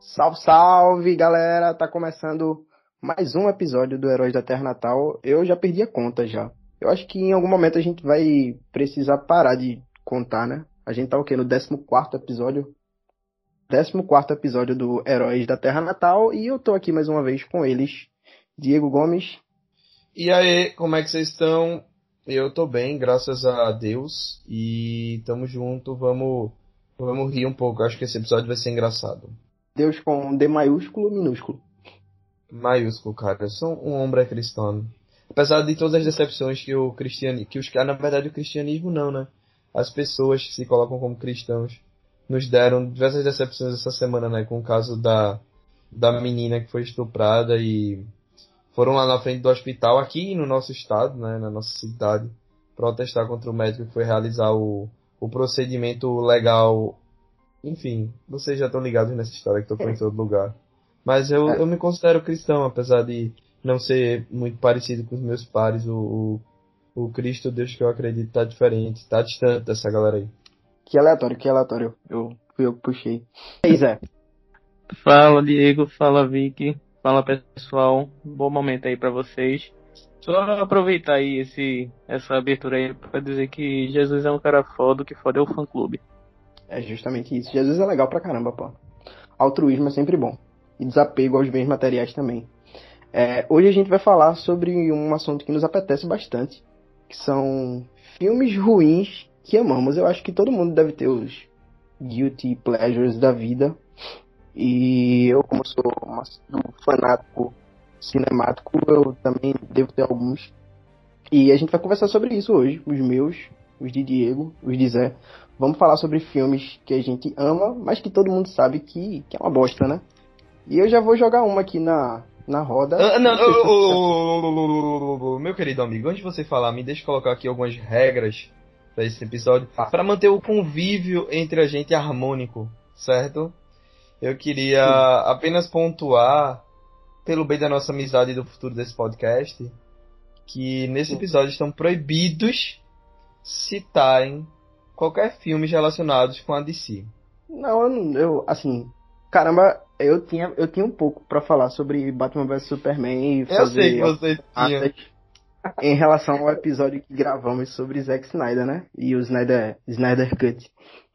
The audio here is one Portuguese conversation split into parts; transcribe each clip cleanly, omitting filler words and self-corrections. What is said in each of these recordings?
Salve, salve, galera! Tá começando mais um episódio do Heróis da Terra Natal. Eu já perdi a conta já. Eu acho que em algum momento a gente vai precisar parar de contar, né? A gente tá o quê? No 14º episódio? 14º episódio do Heróis da Terra Natal e eu tô aqui mais uma vez com eles. Diego Gomes. E aí, como é que vocês estão? Eu tô bem, graças a Deus. E tamo junto, vamos rir um pouco. Acho que esse episódio vai ser engraçado. Deus com D maiúsculo, minúsculo. Maiúsculo, cara. Eu sou um homem cristão. Apesar de todas as decepções que o cristianismo, que os caras, na verdade, o cristianismo não, né? As pessoas que se colocam como cristãos nos deram diversas decepções essa semana, né? Com o caso da menina que foi estuprada e foram lá na frente do hospital, aqui no nosso estado, né, na nossa cidade, protestar contra o médico que foi realizar o procedimento legal. Enfim, vocês já estão ligados nessa história que tocou em todo lugar. Mas eu me considero cristão, apesar de não ser muito parecido com os meus pares. O Cristo, o Deus que eu acredito, tá diferente, tá distante dessa galera aí. Que aleatório, que aleatório. Fui eu que puxei. E aí, Zé? Fala Diego, fala Vicky, fala pessoal, bom momento aí pra vocês. Só aproveitar aí essa abertura aí pra dizer que Jesus é um cara foda, o que foda é o fã-clube. É justamente isso. Jesus é legal pra caramba, pô. Altruísmo é sempre bom. E desapego aos bens materiais também. Hoje a gente vai falar sobre um assunto que nos apetece bastante, que são filmes ruins que amamos. Eu acho que todo mundo deve ter os guilty pleasures da vida. E eu, como sou um fanático cinemático, eu também devo ter alguns. E a gente vai conversar sobre isso hoje. Os meus, os de Diego, os de Zé. Vamos falar sobre filmes que a gente ama, mas que todo mundo sabe que é uma bosta, né? E eu já vou jogar uma aqui na roda. Não, Não sei se você... meu querido amigo, antes de você falar, me deixa colocar aqui algumas regras para esse episódio, Ah, para manter o convívio entre a gente harmônico, certo? Eu queria sim. apenas pontuar, pelo bem da nossa amizade e do futuro desse podcast, que nesse Sim. episódio estão proibidos citarem qualquer filme relacionados com a DC. Não, assim, caramba, eu tinha um pouco pra falar sobre Batman vs Superman e Eu sei que fazer você tinha. atas em relação ao episódio que gravamos sobre Zack Snyder, né? E o Snyder Cut.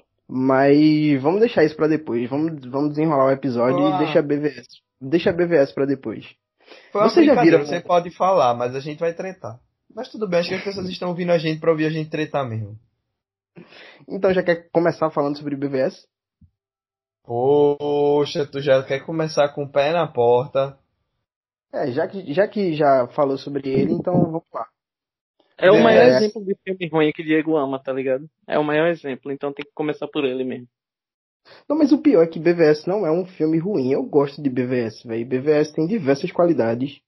Mas vamos deixar isso pra depois. Vamos desenrolar o Foi episódio e deixa uma, a BVS. Deixa a BVS pra depois. foi uma Vocês já brincadeira, viram? você pode falar, mas a gente vai tretar. Mas tudo bem, acho que as pessoas estão ouvindo a gente pra ouvir a gente tretar mesmo. Então já quer começar falando sobre BVS? Poxa, tu já quer começar com o pé na porta. Já que já falou sobre ele, então vamos lá. É o maior É, BVS. exemplo de filme ruim que Diego ama, tá ligado? É o maior exemplo, então tem que começar por ele mesmo. não, mas o pior é que BVS não é um filme ruim. Eu gosto de BVS, velho. BVS tem diversas qualidades.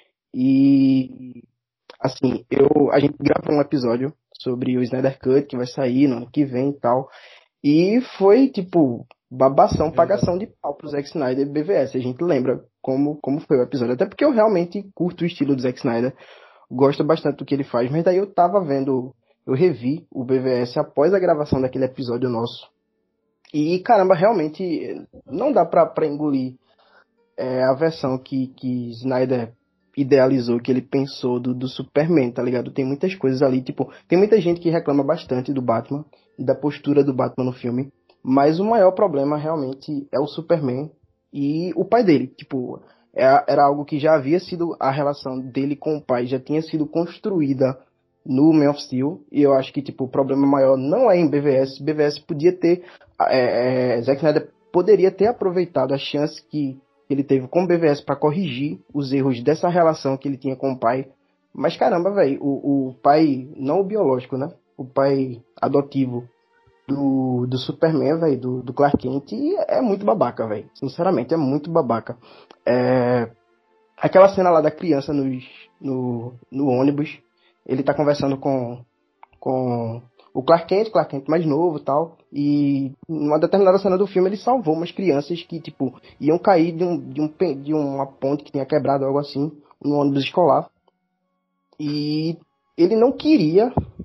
E assim, a gente gravou um episódio sobre o Snyder Cut que vai sair no ano que vem e tal. E foi tipo babação, Verdade. pagação de pau pro Zack Snyder e BVS. A gente lembra como foi o episódio. Até porque eu realmente curto o estilo do Zack Snyder. Gosto bastante do que ele faz. Mas daí eu tava vendo, eu revi o BVS após a gravação daquele episódio nosso. E caramba, realmente não dá pra engolir a versão que Snyder idealizou, que ele pensou do Superman, tá ligado? Tem muitas coisas ali, tipo, tem muita gente que reclama bastante do Batman e da postura do Batman no filme, mas o maior problema realmente é o Superman e o pai dele, tipo, era algo que já havia sido, a relação dele com o pai já tinha sido construída no Man of Steel, e eu acho que, tipo, o problema maior não é em BVS podia ter, Zack Snyder poderia ter aproveitado a chance que ele teve com o BVS para corrigir os erros dessa relação que ele tinha com o pai. Mas caramba, velho, o pai, não o biológico, né? O pai adotivo do Superman, velho, do Clark Kent, é muito babaca, velho. Sinceramente, é muito babaca. É, aquela cena lá da criança no ônibus, ele tá conversando com Clark Kent mais novo e tal. E numa determinada cena do filme ele salvou umas crianças que, tipo, iam cair de uma ponte que tinha quebrado, algo assim, no ônibus escolar. E ele não queria,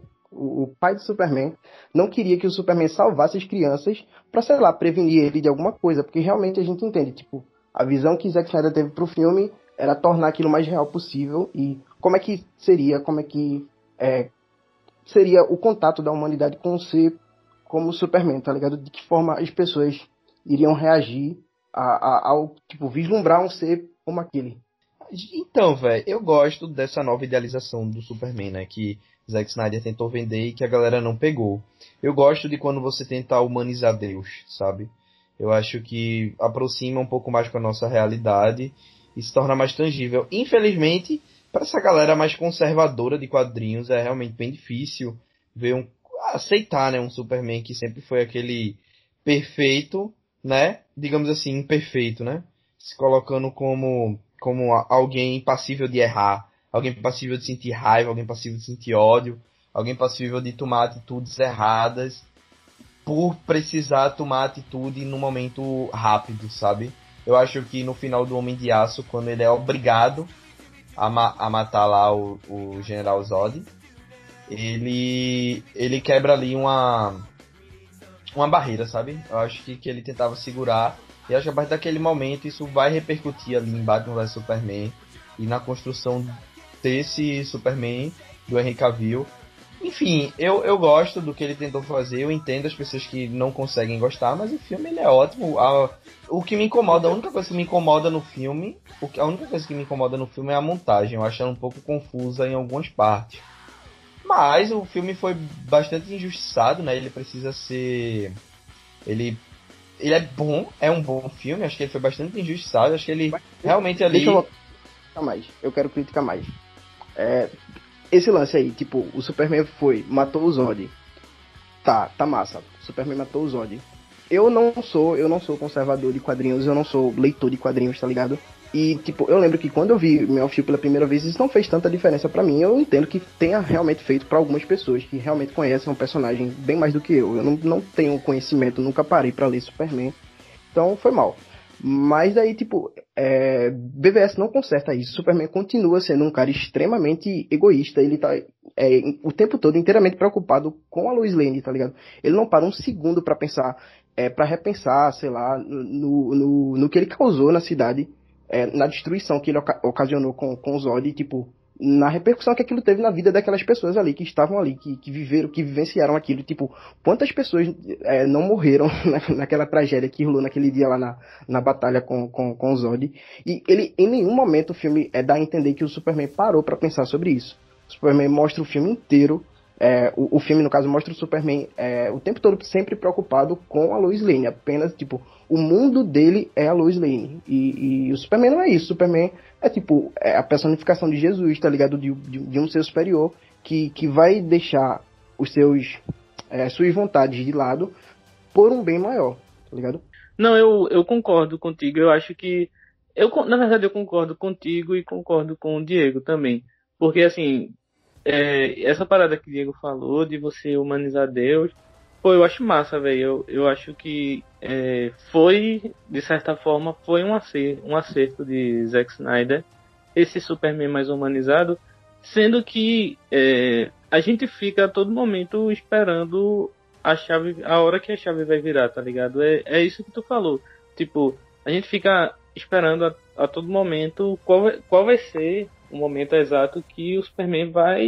O pai do Superman não queria que o Superman salvasse as crianças pra, sei lá, prevenir ele de alguma coisa, porque realmente a gente entende, tipo, a visão que Zack Snyder teve pro filme era tornar aquilo o mais real possível e como é que é, seria o contato da humanidade com o ser como o Superman, tá ligado? De que forma as pessoas iriam reagir ao, tipo, vislumbrar um ser como aquele. Então, velho, eu gosto dessa nova idealização do Superman, né? Que Zack Snyder tentou vender e que a galera não pegou. Eu gosto de quando você tenta humanizar Deus, sabe? Eu acho que aproxima um pouco mais com a nossa realidade e se torna mais tangível. Infelizmente, para essa galera mais conservadora de quadrinhos, é realmente bem difícil ver aceitar, né, um Superman que sempre foi aquele perfeito, né? Digamos assim, imperfeito, né? Se colocando como alguém passível de errar, alguém passível de sentir raiva, alguém passível de sentir ódio, alguém passível de tomar atitudes erradas por precisar tomar atitude no momento rápido, sabe? Eu acho que no final do Homem de Aço, quando ele é obrigado a matar lá o General Zod, ele quebra ali uma barreira, sabe? Eu acho que ele tentava segurar. E acho que a partir daquele momento isso vai repercutir ali em Batman vs Superman e na construção desse Superman do Henry Cavill. Enfim, eu gosto do que ele tentou fazer, eu entendo as pessoas que não conseguem gostar, mas o filme ele é ótimo. O que me incomoda, a única coisa que me incomoda no filme, a única coisa que me incomoda no filme é a montagem. Eu acho ela um pouco confusa em algumas partes. Mas o filme foi bastante injustiçado, né? Ele precisa ser. Ele é um bom filme, acho que ele foi bastante injustiçado, acho que ele realmente ali. Deixa eu criticar mais. Eu quero criticar mais. Esse lance aí, tipo, o Superman matou o Zod. Tá massa. O Superman matou o Zod. Eu não sou conservador de quadrinhos, eu não sou leitor de quadrinhos, tá ligado? E, tipo, eu lembro que quando eu vi Man of Steel pela primeira vez, isso não fez tanta diferença pra mim. Eu entendo que tenha realmente feito pra algumas pessoas que realmente conhecem um personagem bem mais do que eu. Eu não tenho conhecimento, nunca parei pra ler Superman. Então, foi mal. Mas daí, tipo, BVS não conserta isso. Superman continua sendo um cara extremamente egoísta. Ele tá o tempo todo inteiramente preocupado com a Lois Lane, tá ligado? Ele não para um segundo pra pensar, para repensar, sei lá, no que ele causou na cidade, na destruição que ele ocasionou com o Zod, e, tipo, na repercussão que aquilo teve na vida daquelas pessoas ali, que estavam ali, que viveram, que vivenciaram aquilo. Tipo, quantas pessoas não morreram naquela tragédia que rolou naquele dia lá na batalha com o Zod. E ele, em nenhum momento o filme dá a entender que o Superman parou pra pensar sobre isso. O Superman mostra o filme inteiro. O filme, no caso, mostra o Superman o tempo todo sempre preocupado com a Lois Lane. Apenas, tipo, o mundo dele é a Lois Lane. E o Superman não é isso. O Superman é, tipo, a personificação de Jesus, tá ligado? De um ser superior que vai deixar suas vontades de lado por um bem maior, tá ligado? Não, eu concordo contigo. Eu acho que. Na verdade, eu concordo contigo e concordo com o Diego também. Porque, assim, essa parada que o Diego falou de você humanizar Deus, pô, eu acho massa, velho. Eu acho que foi, de certa forma, foi um acerto de Zack Snyder, esse Superman mais humanizado, sendo que a gente fica a todo momento esperando a hora que a chave vai virar, tá ligado? É isso que tu falou. Tipo, a gente fica esperando a todo momento qual vai ser o momento exato que o Superman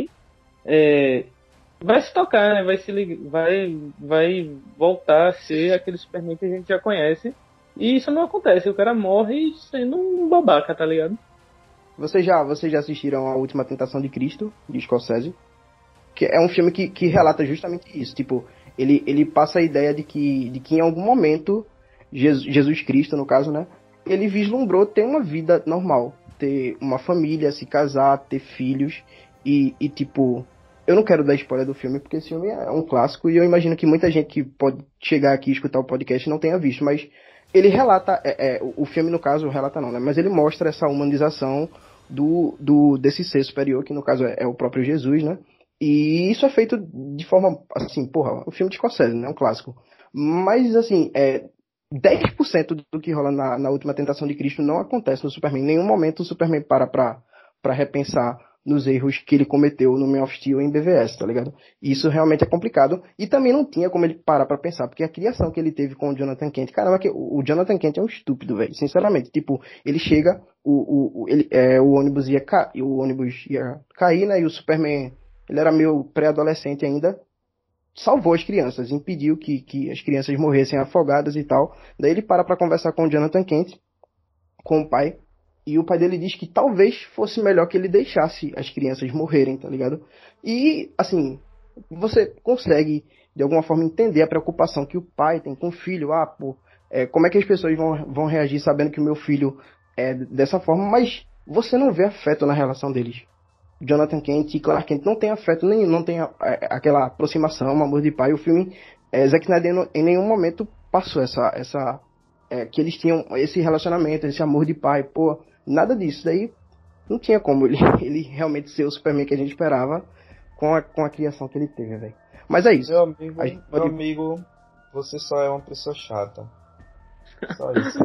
vai se tocar, né? Vai voltar a ser aquele Superman que a gente já conhece. E isso não acontece. O cara morre sendo um babaca, tá ligado? Vocês já assistiram A Última Tentação de Cristo, de Scorsese? Que é um filme que relata justamente isso. Tipo, ele passa a ideia de que em algum momento, Jesus Cristo, no caso, né? Ele vislumbrou ter uma vida normal. Ter uma família, se casar, ter filhos. E tipo, eu não quero dar spoiler do filme, porque esse filme é um clássico. E eu imagino que muita gente que pode chegar aqui e escutar o podcast não tenha visto. Mas ele relata, o filme, no caso, relata não, né? Mas ele mostra essa humanização desse ser superior, que no caso é o próprio Jesus, né? E isso é feito de forma, assim, porra, o filme de Scorsese, né? Um clássico. Mas, assim, 10% do que rola na Última Tentação de Cristo não acontece no Superman. Em nenhum momento o Superman pra repensar nos erros que ele cometeu no Man of Steel em BVS, tá ligado? E isso realmente é complicado. E também não tinha como ele parar pra pensar, porque a criação que ele teve com o Jonathan Kent, caramba, que o Jonathan Kent é um estúpido, velho, sinceramente. Tipo, ele chega, o ônibus ia cair, né? E o Superman, ele era meio pré-adolescente ainda, salvou as crianças, impediu que as crianças morressem afogadas e tal. Daí ele para pra conversar com o Jonathan Kent, com o pai, e o pai dele diz que talvez fosse melhor que ele deixasse as crianças morrerem, tá ligado? E, assim, você consegue, de alguma forma, entender a preocupação que o pai tem com o filho. Ah, pô, como é que as pessoas vão reagir sabendo que o meu filho é dessa forma? Mas você não vê afeto na relação deles. Jonathan Kent e Clark Kent não tem afeto nenhum, não tem aquela aproximação, amor de pai. O filme, Zack Snyder em nenhum momento passou que eles tinham esse relacionamento, esse amor de pai, pô, nada disso. Daí não tinha como ele realmente ser o Superman que a gente esperava com a criação que ele teve, velho. Mas é isso. Meu amigo, você só é uma pessoa chata. Só isso.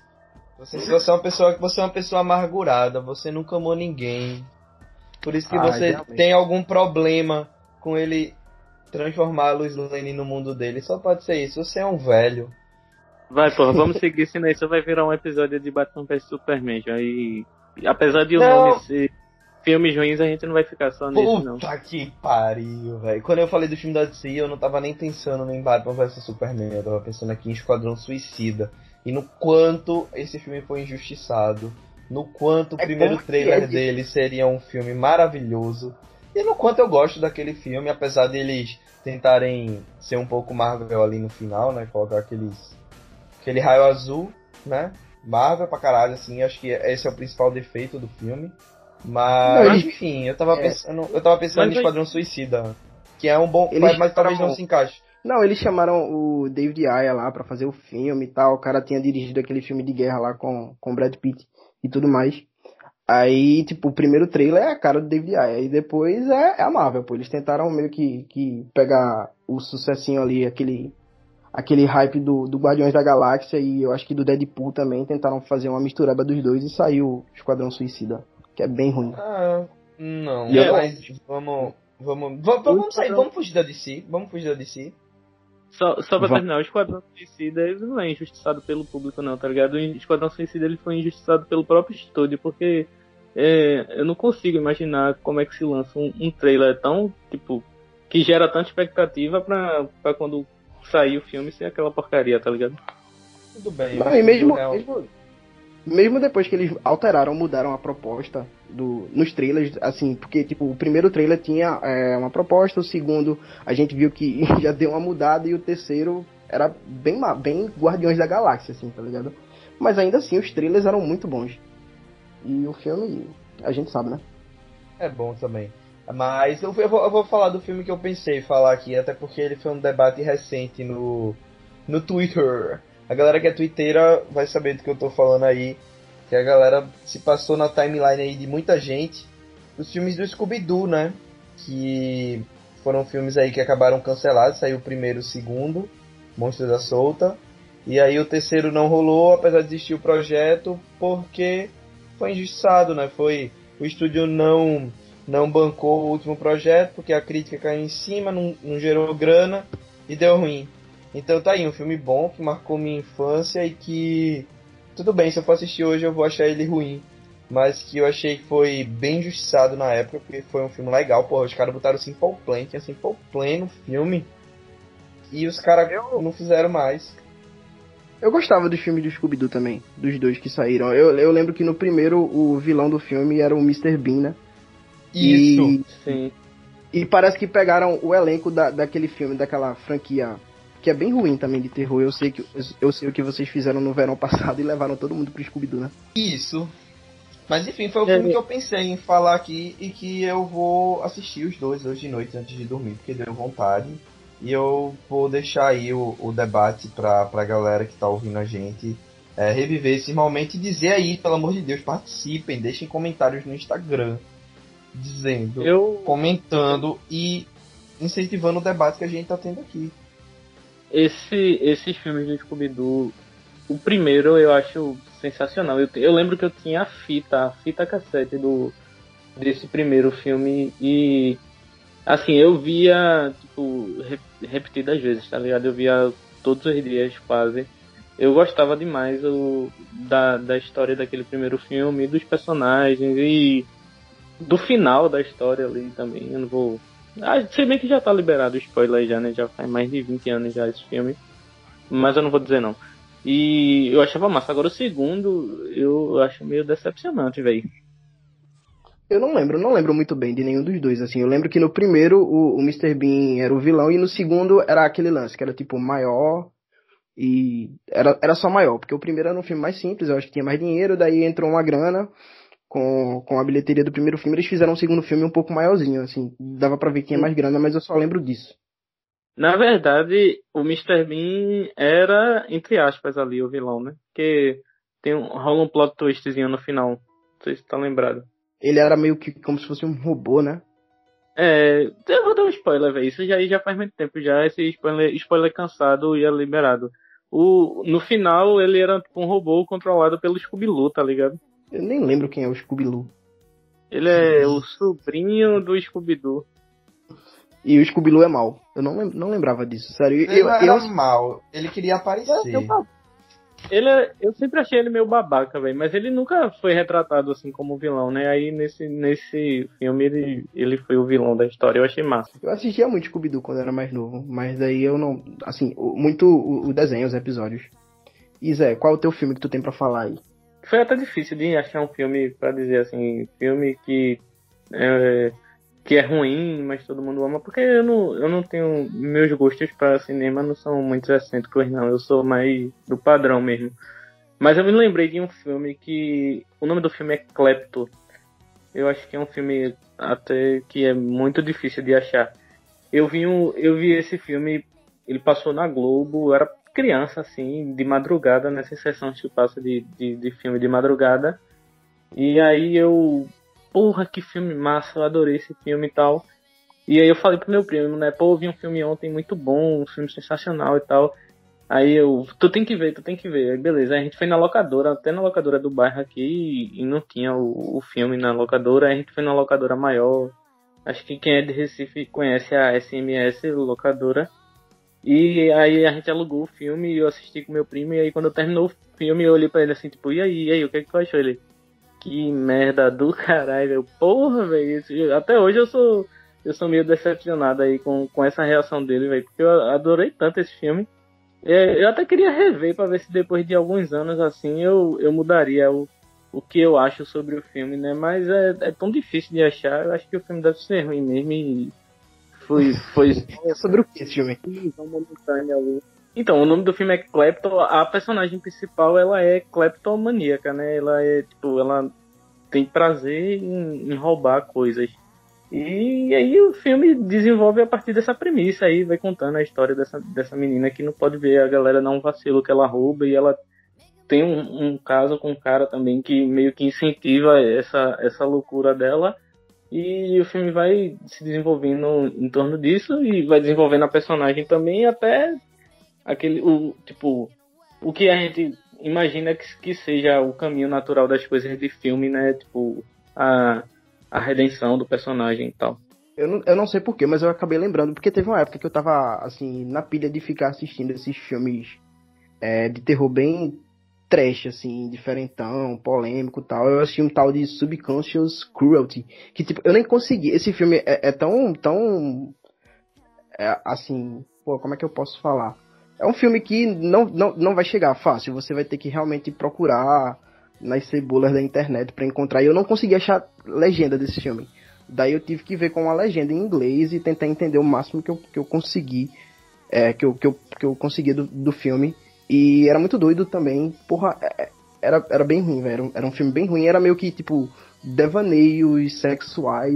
Você é uma pessoa amargurada, você nunca amou ninguém. Por isso que você realmente tem algum problema com ele transformar a Lois Lane no mundo dele. Só pode ser isso. Você é um velho. Vai, porra, vamos seguir, senão isso vai virar um episódio de Batman vs Superman. Já. E apesar de o Não. nome ser filmes ruins, a gente não vai ficar só nisso, não. Puta que pariu, velho. Quando eu falei do filme da DC, eu não tava nem pensando em Batman vs Superman. Eu tava pensando aqui em Esquadrão Suicida. E no quanto esse filme foi injustiçado. No quanto o primeiro trailer dele seria um filme maravilhoso. E no quanto eu gosto daquele filme, apesar deles tentarem ser um pouco Marvel ali no final, né? Colocar aquele raio azul, né? Marvel pra caralho, assim. Acho que esse é o principal defeito do filme. Mas, enfim, eu tava pensando em Esquadrão Suicida. Que é um bom. Mas talvez não se encaixe. Não, eles chamaram o David Ayer lá pra fazer o filme e tal. O cara tinha dirigido aquele filme de guerra lá com Brad Pitt e tudo mais. Aí, tipo, o primeiro trailer é a cara do David Ayer. E depois é a Marvel, pô. Eles tentaram meio que pegar o sucessinho ali, aquele hype do Guardiões da Galáxia e eu acho que do Deadpool também. Tentaram fazer uma mistureba dos dois e saiu o Esquadrão Suicida, que é bem ruim. Não. Mas vamos sair, vamos fugir da DC. Só pra terminar, o Esquadrão Suicida ele não é injustiçado pelo público não, tá ligado? O Esquadrão Suicida ele foi injustiçado pelo próprio estúdio, porque eu não consigo imaginar como é que se lança um trailer tão, tipo, que gera tanta expectativa pra quando sair o filme ser aquela porcaria, tá ligado? Tudo bem. Não, e mesmo depois que eles mudaram a proposta nos trailers, assim, porque, tipo, o primeiro trailer tinha uma proposta, o segundo a gente viu que já deu uma mudada e o terceiro era bem Guardiões da Galáxia, assim, tá ligado? Mas ainda assim, os trailers eram muito bons. E o filme, a gente sabe, né? É bom também. Mas eu vou falar do filme que eu pensei falar aqui, até porque ele foi um debate recente no Twitter. A galera que é twitteira vai saber do que eu tô falando aí. Que a galera se passou na timeline aí de muita gente. Os filmes do Scooby-Doo, né? Que foram filmes aí que acabaram cancelados. Saiu o primeiro, o segundo, Monstros da Solta. E aí o terceiro não rolou, apesar de existir o projeto, porque foi injustiçado, né? O estúdio não bancou o último projeto, porque a crítica caiu em cima, não gerou grana e deu ruim. Então tá aí, um filme bom, que marcou minha infância e que... Tudo bem, se eu for assistir hoje eu vou achar ele ruim. Mas que eu achei que foi bem injustiçado na época, porque foi um filme legal. Porra, os caras botaram Simple Plan, tinha Simple Plan no filme. E os caras não fizeram mais. Eu gostava dos filmes do Scooby-Doo também, dos dois que saíram. Eu lembro que no primeiro o vilão do filme era o Mr. Bean, né? Isso, sim. E parece que pegaram o elenco daquele filme, daquela franquia... que é bem ruim também de terror. Eu sei o que vocês fizeram no verão passado e levaram todo mundo pro Scooby-Doo, né? Isso. Mas enfim, foi o filme que eu pensei em falar aqui e que eu vou assistir os dois hoje de noite antes de dormir, porque deu vontade. E eu vou deixar aí o debate pra galera que tá ouvindo a gente reviver esse momento e dizer aí, pelo amor de Deus, participem, deixem comentários no Instagram, dizendo, comentando e incentivando o debate que a gente tá tendo aqui. Esses filmes do Scooby-Doo, o primeiro eu acho sensacional. Eu lembro que eu tinha a fita cassete do desse primeiro filme e assim, eu via, tipo, repetidas vezes, tá ligado? Eu via todos os dias quase. Eu gostava demais da história daquele primeiro filme, dos personagens e do final da história ali também. Eu não vou. Ah, se bem que já tá liberado o spoiler já, né? Já faz mais de 20 anos já esse filme. Mas eu não vou dizer não. E eu achava massa. Agora o segundo, eu acho meio decepcionante, velho. Eu não lembro muito bem de nenhum dos dois, assim. Eu lembro que no primeiro o Mr. Bean era o vilão e no segundo era aquele lance, que era tipo maior e era só maior, porque o primeiro era um filme mais simples, eu acho que tinha mais dinheiro, daí entrou uma grana com a bilheteria do primeiro filme, eles fizeram um segundo filme um pouco maiorzinho, assim. Dava pra ver que tinha mais grana, mas eu só lembro disso. Na verdade, o Mr. Bean era, entre aspas, ali o vilão, né? Porque rola um plot twistzinho no final. Não sei se tá lembrado. Ele era meio que como se fosse um robô, né? É, eu vou dar um spoiler, velho. Isso já faz muito tempo já. Esse spoiler cansado e é liberado. No final, ele era tipo um robô controlado pelo Scooby-Doo, tá ligado? Eu nem lembro quem é o Scooby-Doo. Ele é o sobrinho do Scooby-Doo. E o Scooby-Doo é mau. Eu não lembrava disso, sério. Ele não era mal, ele queria aparecer. Eu sempre achei ele meio babaca, velho, mas ele nunca foi retratado assim como vilão, né? Aí nesse filme ele foi o vilão da história, eu achei massa. Eu assistia muito Scooby-Doo quando era mais novo, mas daí eu não. Assim, muito o desenho, os episódios. E Zé, qual é o teu filme que tu tem pra falar aí? Foi até difícil de achar um filme pra dizer assim, filme é, que é ruim, mas todo mundo ama, porque eu não tenho. Meus gostos pra cinema não são muito excêntricos, não. Eu sou mais do padrão mesmo. Mas eu me lembrei de um filme que. O nome do filme é Klepto. Eu acho que é um filme até que é muito difícil de achar. Eu vi esse filme, ele passou na Globo, eu era criança, assim, de madrugada, nessas sessões que passa de filme de madrugada. E aí porra, que filme massa, eu adorei esse filme e tal. E aí eu falei pro meu primo, né, pô, eu vi um filme ontem muito bom, um filme sensacional e tal. Aí tu tem que ver, tu tem que ver. Aí beleza, aí a gente foi na locadora, até na locadora do bairro aqui, e não tinha o filme na locadora, aí a gente foi na locadora maior. Acho que quem é de Recife conhece a SMS locadora. E aí a gente alugou o filme e eu assisti com meu primo, e aí quando terminou o filme eu olhei pra ele assim, tipo, e aí, o que é que tu achou? Ele, que merda do caralho, eu, porra, velho, até hoje eu sou meio decepcionado aí com essa reação dele, velho, porque eu adorei tanto esse filme. Eu até queria rever pra ver se depois de alguns anos assim eu mudaria o que eu acho sobre o filme, né? Mas é tão difícil de achar. Eu acho que o filme deve ser ruim mesmo e foi É sobre o que esse filme? tão momentâneo ali. Então, o nome do filme é Klepto. A personagem principal, ela é kleptomaníaca, né? Ela é, tipo, ela tem prazer em roubar coisas. E aí o filme desenvolve a partir dessa premissa aí, vai contando a história dessa menina que não pode ver a galera dar um vacilo que ela rouba e ela tem um caso com um cara também que meio que incentiva essa loucura dela e o filme vai se desenvolvendo em torno disso e vai desenvolvendo a personagem também até tipo, o que a gente imagina que seja o caminho natural das coisas de filme, né? Tipo, a redenção do personagem e tal. Eu não sei porquê, mas eu acabei lembrando, porque teve uma época que eu tava, assim, na pilha de ficar assistindo esses filmes de terror bem trash, assim, diferentão, polêmico e tal. Eu assisti um tal de Subconscious Cruelty, que, tipo, eu nem consegui. Esse filme é tão, assim, pô, como é que eu posso falar? É um filme que não vai chegar fácil, você vai ter que realmente procurar nas cebolas da internet pra encontrar. E eu não consegui achar legenda desse filme. Daí eu tive que ver com uma legenda em inglês e tentar entender o máximo que eu consegui, que eu consegui do filme. E era muito doido também. Porra, era bem ruim, velho. Era um filme bem ruim. Era meio que, tipo, devaneios sexuais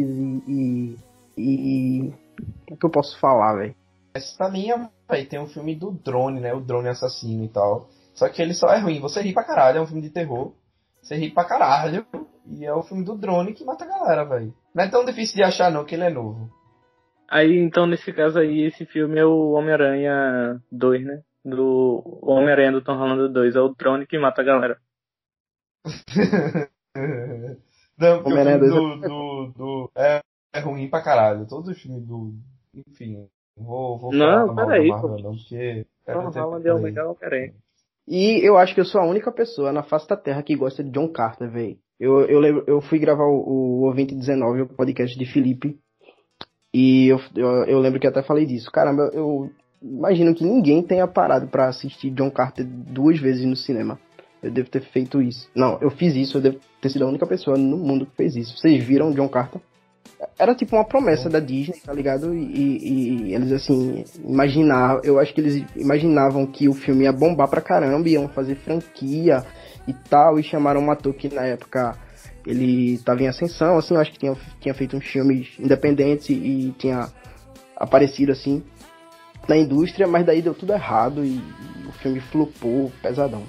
e o que eu posso falar, velho? Essa minha, véi, tem um filme do drone, né? O drone assassino e tal. Só que ele só é ruim. Você ri pra caralho, é um filme de terror. Você ri pra caralho. E é o filme do drone que mata a galera, velho. Não é tão difícil de achar, não, que ele é novo. Aí, então, nesse caso aí, esse filme é o Homem-Aranha 2, né? O Homem-Aranha do Tom Holland 2, é o drone que mata a galera. Não, porque o Homem-Aranha filme 2 é ruim pra caralho. Todos os filmes do. Enfim, vou falar Não, mal da peraí, pô. Marvel não, porque Tom quero ter Holland é o play. legal, peraí. E eu acho que eu sou a única pessoa na face da Terra que gosta de John Carter, velho. Eu fui gravar o Ouvinte 19, o podcast de Felipe, e eu lembro que até falei disso. Caramba, eu imagino que ninguém tenha parado pra assistir John Carter 2 vezes no cinema. Eu devo ter feito isso. Não, eu fiz isso, eu devo ter sido a única pessoa no mundo que fez isso. Vocês viram John Carter? Era tipo uma promessa da Disney, tá ligado? E eles, assim, imaginavam. Eu acho que eles imaginavam que o filme ia bombar pra caramba, iam fazer franquia e tal, e chamaram um ator que na época ele tava em ascensão, assim, eu acho que tinha feito uns filmes independentes e tinha aparecido, assim, na indústria, mas daí deu tudo errado e o filme flopou pesadão.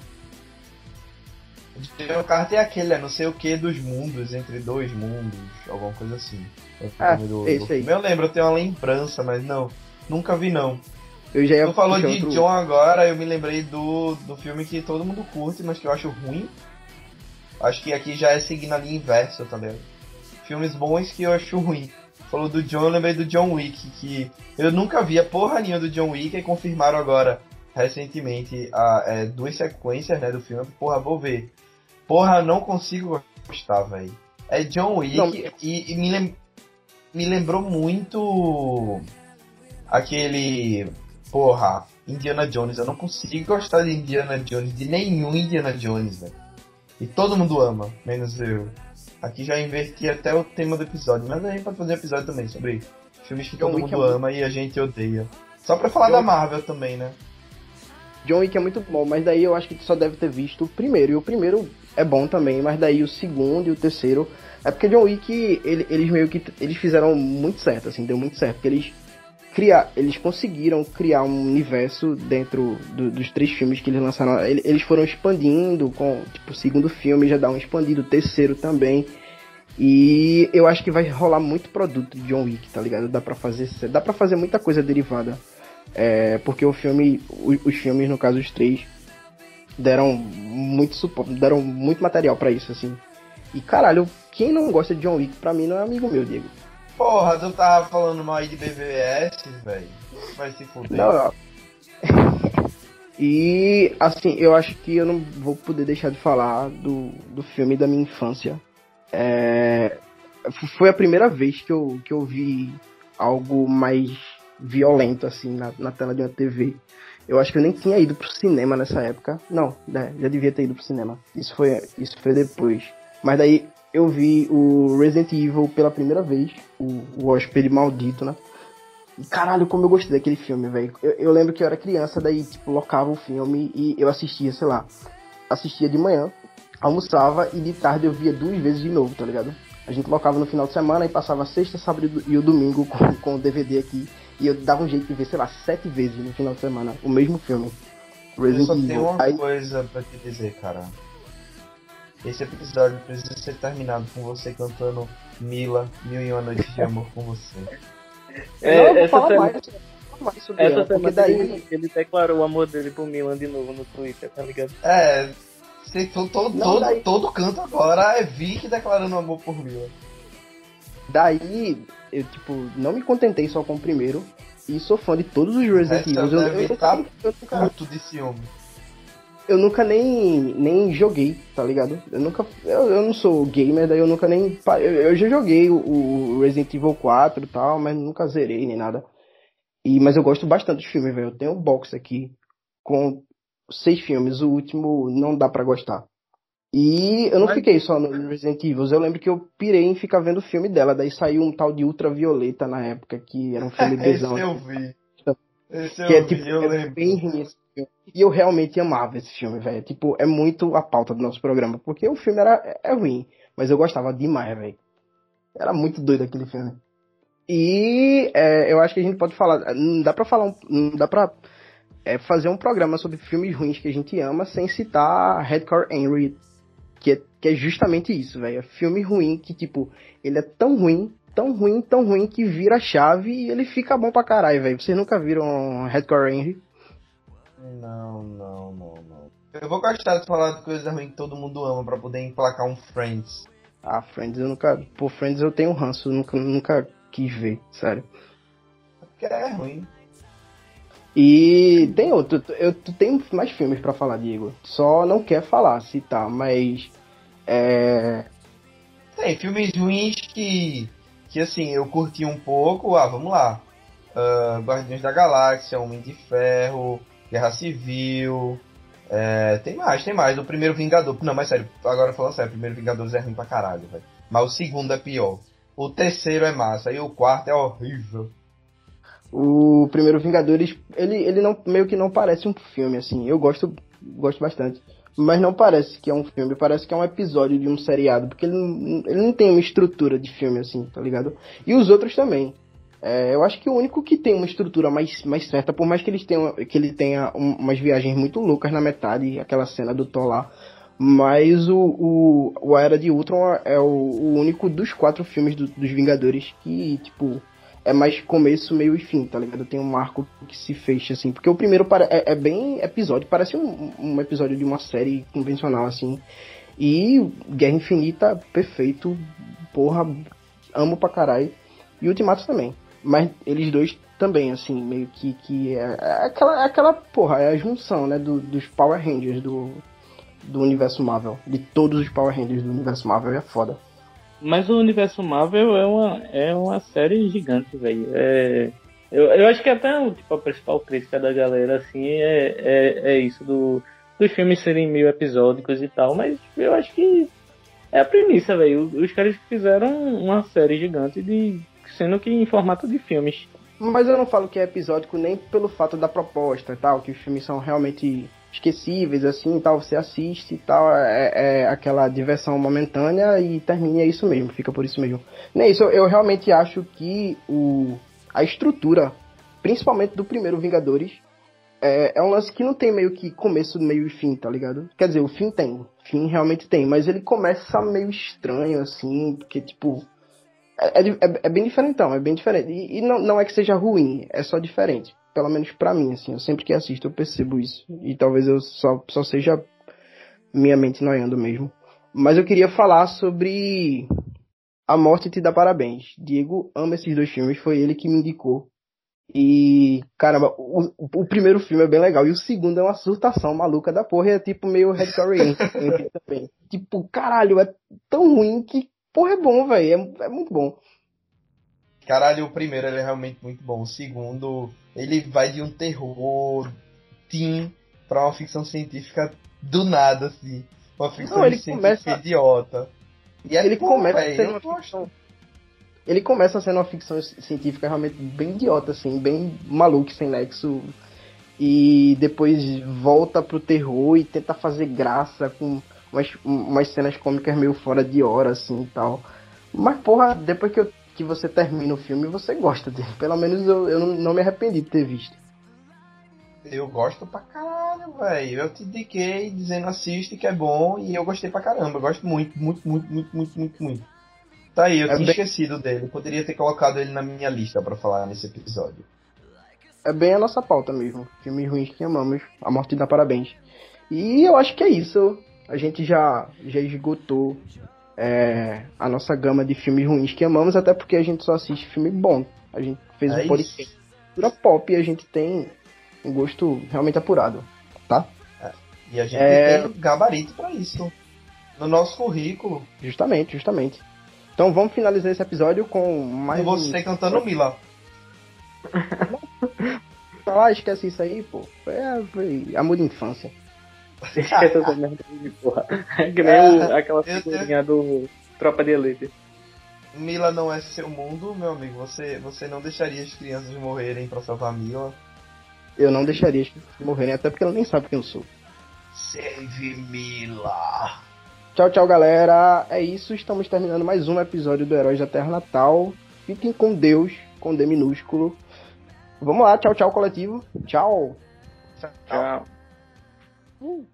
John Carter é aquele, não sei o que dos mundos, entre dois mundos, alguma coisa assim. Ah, é isso aí. Filme. Eu lembro, eu tenho uma lembrança, mas não, nunca vi não. Eu já ia Tu falou puxar de outro... John agora, eu me lembrei do filme que todo mundo curte, mas que eu acho ruim. Acho que aqui já é seguindo a linha inversa, tá ligado? Filmes bons que eu acho ruim. Falou do John, eu lembrei do John Wick, que eu nunca vi a porra nenhuma do John Wick e confirmaram agora, recentemente, duas sequências, né, do filme. Porra, vou ver. Porra, eu não consigo gostar, velho. É John Wick Não. e me lembrou muito aquele... Porra, Indiana Jones. Eu não consigo gostar de Indiana Jones, de nenhum Indiana Jones, velho. E todo mundo ama, menos eu. Aqui já inverti até o tema do episódio, mas a gente pode fazer um episódio também sobre filmes que John todo Wick mundo ama e a gente odeia. Só pra falar da Marvel também, né? John Wick é muito bom, mas daí eu acho que tu só deve ter visto o primeiro. E o primeiro é bom também, mas daí o segundo e o terceiro... É porque John Wick, eles meio que... Eles fizeram muito certo, assim, deu muito certo. Porque eles conseguiram criar um universo dentro dos 3 filmes que eles lançaram. Eles foram expandindo com, tipo, o segundo filme já dá um expandido, o terceiro também. E eu acho que vai rolar muito produto de John Wick, tá ligado? Dá pra fazer muita coisa derivada. Porque os filmes, no caso os 3, deram muito suporte, deram muito material pra isso, assim. E caralho, quem não gosta de John Wick, pra mim não é amigo meu, Diego. Porra, tu tava falando mal aí de BVS, velho. Vai se fuder. Não. E, assim, eu acho que eu não vou poder deixar de falar do filme da minha infância. Foi a primeira vez que eu vi algo mais violento, assim, na tela de uma TV. Eu acho que eu nem tinha ido pro cinema nessa época. Não, já devia ter ido pro cinema. Isso foi depois. Mas daí eu vi o Resident Evil pela primeira vez, o Hóspede Maldito, né? E caralho, como eu gostei daquele filme, velho. Eu lembro que eu era criança, daí, tipo, locava o filme e eu assistia, sei lá, assistia de manhã, almoçava e de tarde eu via 2 vezes de novo, tá ligado? A gente locava no final de semana e passava sexta, sábado e o domingo com o DVD aqui. E eu dava um jeito de ver, sei lá, 7 vezes no final de semana o mesmo filme. Eu só tenho uma coisa pra te dizer, cara. Esse episódio precisa ser terminado com você cantando Mila, 1001 Noites de Amor com você. Essa semana, porque daí ele declarou o amor dele pro Milan de novo no Twitter, tá ligado? Todo canto agora é Vic declarando amor por Mila. Daí, eu, tipo, não me contentei só com o primeiro. E sou fã de todos os Resident Evil. Eu nunca nem joguei, tá ligado? Eu não sou gamer, daí eu nunca nem... Eu já joguei o Resident Evil 4 e tal, mas nunca zerei nem nada. Mas eu gosto bastante dos filmes, velho. Eu tenho um box aqui com 6 filmes. O último não dá pra gostar. E eu não fiquei só no Resident Evil. Eu lembro que eu pirei em ficar vendo o filme dela. Daí saiu um tal de Ultravioleta na época, que era um filme bezão. Esse eu vi. Eu lembro. Bem ruim esse filme. E eu realmente amava esse filme, velho. Tipo, é muito a pauta do nosso programa. Porque o filme é ruim. Mas eu gostava demais, velho. Era muito doido aquele filme. E eu acho que a gente pode falar. Não dá pra falar. Não dá pra fazer um programa sobre filmes ruins que a gente ama sem citar Hardcore Henry. Que é justamente isso, velho. É filme ruim que, tipo, ele é tão ruim, tão ruim, tão ruim que vira a chave e ele fica bom pra caralho, velho. Vocês nunca viram Hardcore Henry? Não. Eu vou gostar de falar de coisa ruim que todo mundo ama pra poder emplacar um Friends. Ah, Friends eu nunca... Pô, Friends eu tenho ranço, nunca quis ver, sério. Porque é ruim. E tem outro, tu tem mais filmes pra falar, Diego. Só não quer falar, citar, mas... Tem filmes ruins que assim, eu curti um pouco. Ah, vamos lá. Guardiões da Galáxia, Homem de Ferro, Guerra Civil. Tem mais. O primeiro Vingador. Não, mas sério, agora falando sério, o primeiro Vingadores é ruim pra caralho, velho. Mas o segundo é pior. O terceiro é massa. E o quarto é horrível. O primeiro Vingadores, ele não, meio que não parece um filme, assim. Eu gosto bastante. Mas não parece que é um filme, parece que é um episódio de um seriado, porque ele não tem uma estrutura de filme, assim, tá ligado? E os outros também. Eu acho que o único que tem uma estrutura mais certa, por mais que ele tenha umas viagens muito loucas na metade, aquela cena do Thor lá, mas o A Era de Ultron é o único dos 4 filmes dos Vingadores que, tipo, é mais começo, meio e fim, tá ligado? Tem um arco que se fecha, assim. Porque o primeiro é bem episódio, parece um episódio de uma série convencional, assim. E Guerra Infinita, perfeito. Porra, amo pra caralho. E Ultimato também. Mas eles dois também, assim, meio que é aquela, porra, é a junção, né, dos Power Rangers do universo Marvel. De todos os Power Rangers do universo Marvel, é foda. Mas o universo Marvel é uma série gigante, velho. Eu acho que até tipo, a principal crítica da galera assim é isso dos filmes serem meio episódicos e tal, mas eu acho que é a premissa, velho. Os caras fizeram uma série gigante sendo que em formato de filmes. Mas eu não falo que é episódico nem pelo fato da proposta e tal, que os filmes são realmente esquecíveis, assim, tal, você assiste e tal, é aquela diversão momentânea e termina, é isso mesmo, fica por isso mesmo. Nem isso, eu realmente acho que a estrutura, principalmente do primeiro Vingadores, é um lance que não tem meio que começo, meio e fim, tá ligado? Quer dizer, o fim realmente tem, mas ele começa meio estranho, assim, porque, tipo, é bem diferentão, é bem diferente. E não é que seja ruim, é só diferente. Pelo menos pra mim, assim. Eu sempre que assisto eu percebo isso. E talvez eu só seja minha mente noiando mesmo. Mas eu queria falar sobre A Morte Te Dá Parabéns. Diego ama esses 2 filmes, foi ele que me indicou. E, caramba, o primeiro filme é bem legal. E o segundo é uma surtação maluca da porra. E é tipo meio Headstory também. Tipo, caralho, é tão ruim que, porra, é bom, velho. É muito bom. Caralho, o primeiro ele é realmente muito bom. O segundo, ele vai de um terror teen pra uma ficção científica do nada, assim. Uma ficção Não, científica idiota. E é ele bom, começa velho. sendo Eu uma gosto. ficção. Ele começa sendo uma ficção científica realmente bem idiota, assim, bem maluco, sem nexo. E depois volta pro terror e tenta fazer graça com umas cenas cômicas meio fora de hora, assim e tal. Mas, porra, depois que você termina o filme, você gosta dele. Pelo menos eu não me arrependi de ter visto. Eu gosto pra caralho, velho. Eu te indiquei dizendo assiste que é bom e eu gostei pra caramba. Eu gosto muito, muito, muito, muito, muito, muito, muito. Tá aí, eu É tinha bem, esquecido dele. Eu poderia ter colocado ele na minha lista pra falar nesse episódio. é bem a nossa pauta mesmo. Filmes ruins que amamos. A Morte dá parabéns. E eu acho que é isso. A gente já esgotou a nossa gama de filmes ruins que amamos, até porque a gente só assiste filme bom. A gente fez É um isso. podcast cultura pop e a gente tem um gosto realmente apurado, tá? E a gente tem gabarito pra isso. No nosso currículo. Justamente. Então vamos finalizar esse episódio com mais Com você cantando Mila. esquece isso aí, pô. Foi amor de infância. Esquece essa merda de porra. É que nem aquela figurinha do Tropa de Elite. Mila não é seu mundo, meu amigo. Você não deixaria as crianças morrerem pra salvar Mila. Eu não deixaria eles morrerem, até porque ela nem sabe quem eu sou. Save Mila. Tchau, galera. É isso, estamos terminando mais um episódio do Heróis da Terra Natal. Fiquem com Deus, com D minúsculo. Vamos lá, tchau, coletivo. Tchau. Tchau.